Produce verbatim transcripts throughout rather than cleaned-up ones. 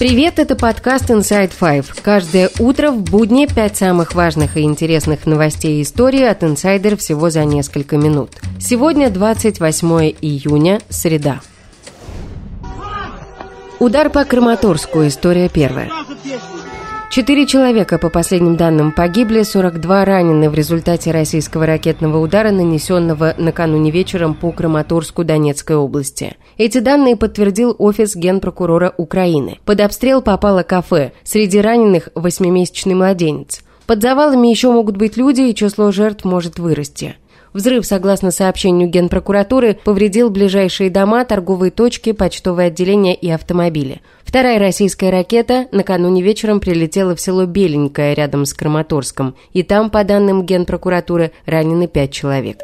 Привет, это подкаст Inside Five. Каждое утро в будни пять самых важных и интересных новостей и истории от инсайдера всего за несколько минут. Сегодня двадцать восьмое июня, среда. Удар по Краматорску. История первая. Четыре человека, по последним данным, погибли, сорок два ранены в результате российского ракетного удара, нанесенного накануне вечером по Краматорску Донецкой области. Эти данные подтвердил офис генпрокурора Украины. Под обстрел попало кафе. Среди раненых восьмимесячный младенец. Под завалами еще могут быть люди, и число жертв может вырасти. Взрыв, согласно сообщению Генпрокуратуры, повредил ближайшие дома, торговые точки, почтовые отделения и автомобили. Вторая российская ракета накануне вечером прилетела в село Беленькое рядом с Краматорском, и там, по данным Генпрокуратуры, ранены пять человек.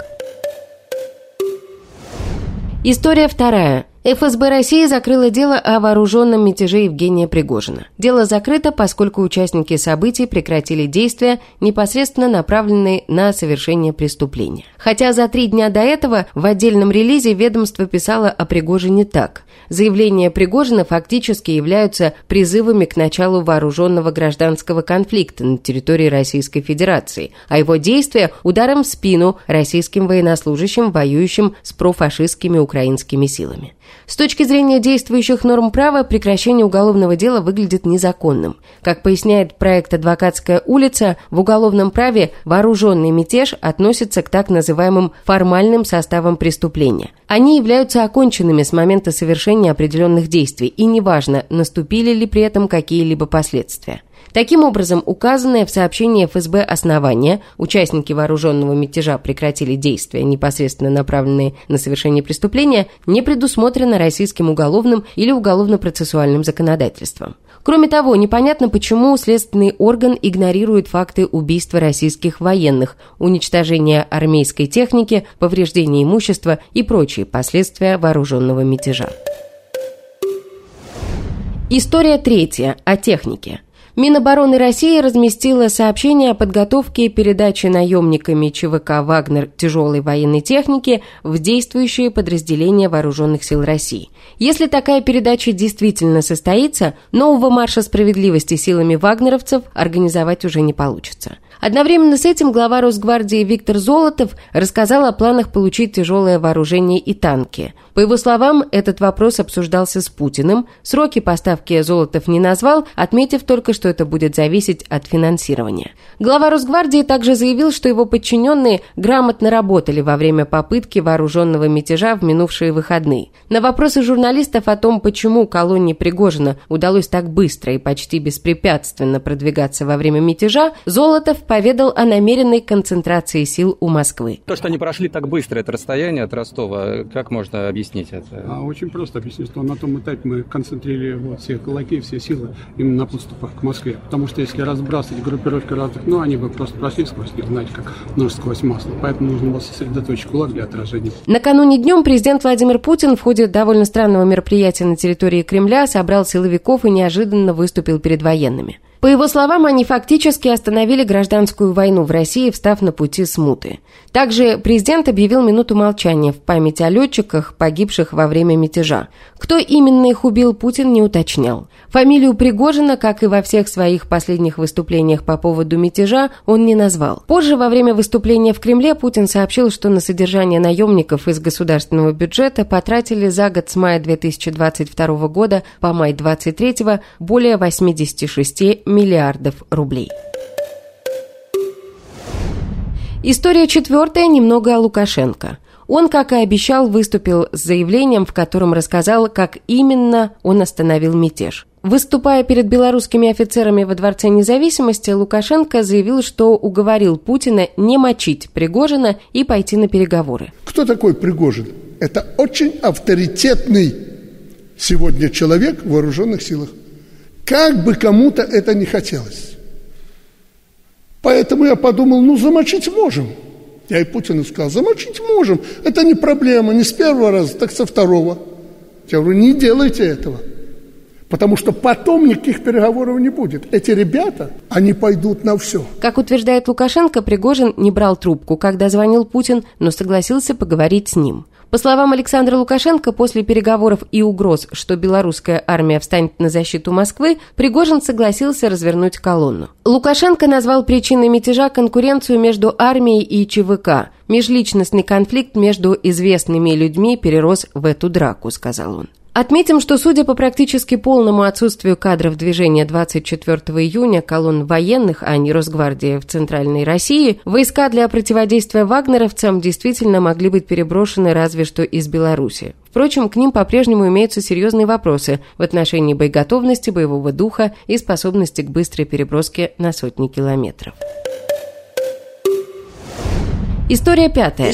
История вторая. эф эс бэ России закрыла дело о вооруженном мятеже Евгения Пригожина. Дело закрыто, поскольку участники событий прекратили действия, непосредственно направленные на совершение преступления. Хотя за три дня до этого в отдельном релизе ведомство писало о Пригожине так. Заявления Пригожина фактически являются призывами к началу вооруженного гражданского конфликта на территории Российской Федерации, а его действия – ударом в спину российским военнослужащим, воюющим с профашистскими украинскими силами. С точки зрения действующих норм права, прекращение уголовного дела выглядит незаконным. Как поясняет проект «Адвокатская улица», в уголовном праве вооруженный мятеж относится к так называемым формальным составам преступления. Они являются оконченными с момента совершения определенных действий, и неважно, наступили ли при этом какие-либо последствия. Таким образом, указанное в сообщении эф эс бэ основание, участники вооруженного мятежа прекратили действия, непосредственно направленные на совершение преступления, не предусмотрено российским уголовным или уголовно-процессуальным законодательством. Кроме того, непонятно, почему следственный орган игнорирует факты убийства российских военных, уничтожения армейской техники, повреждения имущества и прочие последствия вооруженного мятежа. История третья. О технике. Минобороны России разместила сообщение о подготовке и передаче наемниками ЧВК «Вагнер» тяжелой военной техники в действующие подразделения Вооруженных сил России. Если такая передача действительно состоится, нового марша справедливости силами вагнеровцев организовать уже не получится. Одновременно с этим глава Росгвардии Виктор Золотов рассказал о планах получить тяжелое вооружение и танки. По его словам, этот вопрос обсуждался с Путиным, сроки поставки Золотов не назвал, отметив только, что это будет зависеть от финансирования. Глава Росгвардии также заявил, что его подчиненные грамотно работали во время попытки вооруженного мятежа в минувшие выходные. На вопросы журналистов о том, почему колонне Пригожина удалось так быстро и почти беспрепятственно продвигаться во время мятежа, Золотов поведал о намеренной концентрации сил у Москвы. То, что они прошли так быстро это расстояние от Ростова, как можно объяснить это? А, очень просто объяснить, что на том этапе мы концентрировали вот, все кулаки, все силы именно на подступах к Москве. Потому что если разбрасывать группировки разных, ну, они бы просто прошли сквозь них, знаете, как нож сквозь масло. Поэтому нужно было сосредоточить кулак для отражения. Накануне днем президент Владимир Путин в ходе довольно странного мероприятия на территории Кремля собрал силовиков и неожиданно выступил перед военными. По его словам, они фактически остановили гражданскую войну в России, встав на пути смуты. Также президент объявил минуту молчания в память о летчиках, погибших во время мятежа. Кто именно их убил, Путин не уточнял. Фамилию Пригожина, как и во всех своих последних выступлениях по поводу мятежа, он не назвал. Позже, во время выступления в Кремле, Путин сообщил, что на содержание наемников из государственного бюджета потратили за год с мая две тысячи двадцать второго года по май двадцать третьего более восемьдесят шесть миллиардов рублей. История четвертая, немного о Лукашенко. Он, как и обещал, выступил с заявлением, в котором рассказал, как именно он остановил мятеж. Выступая перед белорусскими офицерами во Дворце Независимости, Лукашенко заявил, что уговорил Путина не мочить Пригожина и пойти на переговоры. Кто такой Пригожин? Это очень авторитетный сегодня человек в вооруженных силах. Как бы кому-то это не хотелось. Поэтому я подумал, ну замочить можем. Я и Путину сказал, замочить можем. Это не проблема, не с первого раза, так со второго. Я говорю, не делайте этого. Потому что потом никаких переговоров не будет. Эти ребята, они пойдут на все. Как утверждает Лукашенко, Пригожин не брал трубку, когда звонил Путин, но согласился поговорить с ним. По словам Александра Лукашенко, после переговоров и угроз, что белорусская армия встанет на защиту Москвы, Пригожин согласился развернуть колонну. Лукашенко назвал причиной мятежа конкуренцию между армией и ЧВК. Межличностный конфликт между известными людьми перерос в эту драку, сказал он. Отметим, что, судя по практически полному отсутствию кадров движения двадцать четвёртого июня, колонн военных, а не Росгвардии в Центральной России, войска для противодействия вагнеровцам действительно могли быть переброшены разве что из Беларуси. Впрочем, к ним по-прежнему имеются серьезные вопросы в отношении боеготовности, боевого духа и способности к быстрой переброске на сотни километров. История пятая.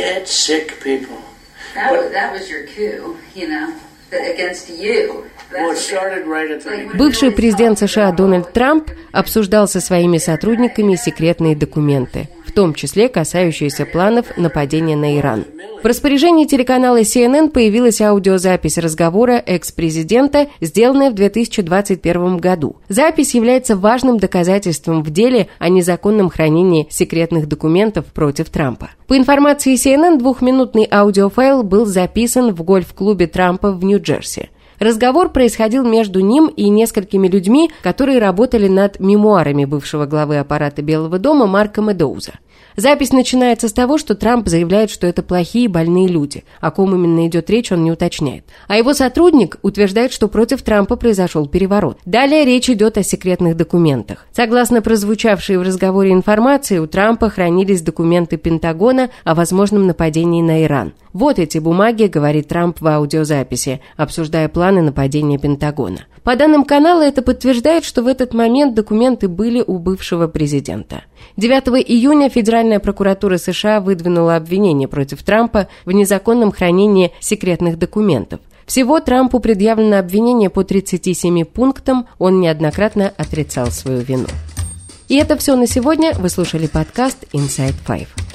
Бывший президент США Дональд Трамп обсуждал со своими сотрудниками секретные документы, в том числе касающиеся планов нападения на Иран. В распоряжении телеканала си эн эн появилась аудиозапись разговора экс-президента, сделанная в две тысячи двадцать первом году. Запись является важным доказательством в деле о незаконном хранении секретных документов против Трампа. По информации си эн эн, двухминутный аудиофайл был записан в гольф-клубе Трампа в Нью-Джерси. Разговор происходил между ним и несколькими людьми, которые работали над мемуарами бывшего главы аппарата Белого дома Марка Медоуза. Запись начинается с того, что Трамп заявляет, что это плохие больные люди. О ком именно идет речь, он не уточняет. А его сотрудник утверждает, что против Трампа произошел переворот. Далее речь идет о секретных документах. Согласно прозвучавшей в разговоре информации, у Трампа хранились документы Пентагона о возможном нападении на Иран. Вот эти бумаги, говорит Трамп в аудиозаписи, обсуждая планы нападения Пентагона. По данным канала, это подтверждает, что в этот момент документы были у бывшего президента. девятого июня Федеральная прокуратура США выдвинула обвинение против Трампа в незаконном хранении секретных документов. Всего Трампу предъявлено обвинение по тридцати семи пунктам, он неоднократно отрицал свою вину. И это все на сегодня. Вы слушали подкаст Inside Five.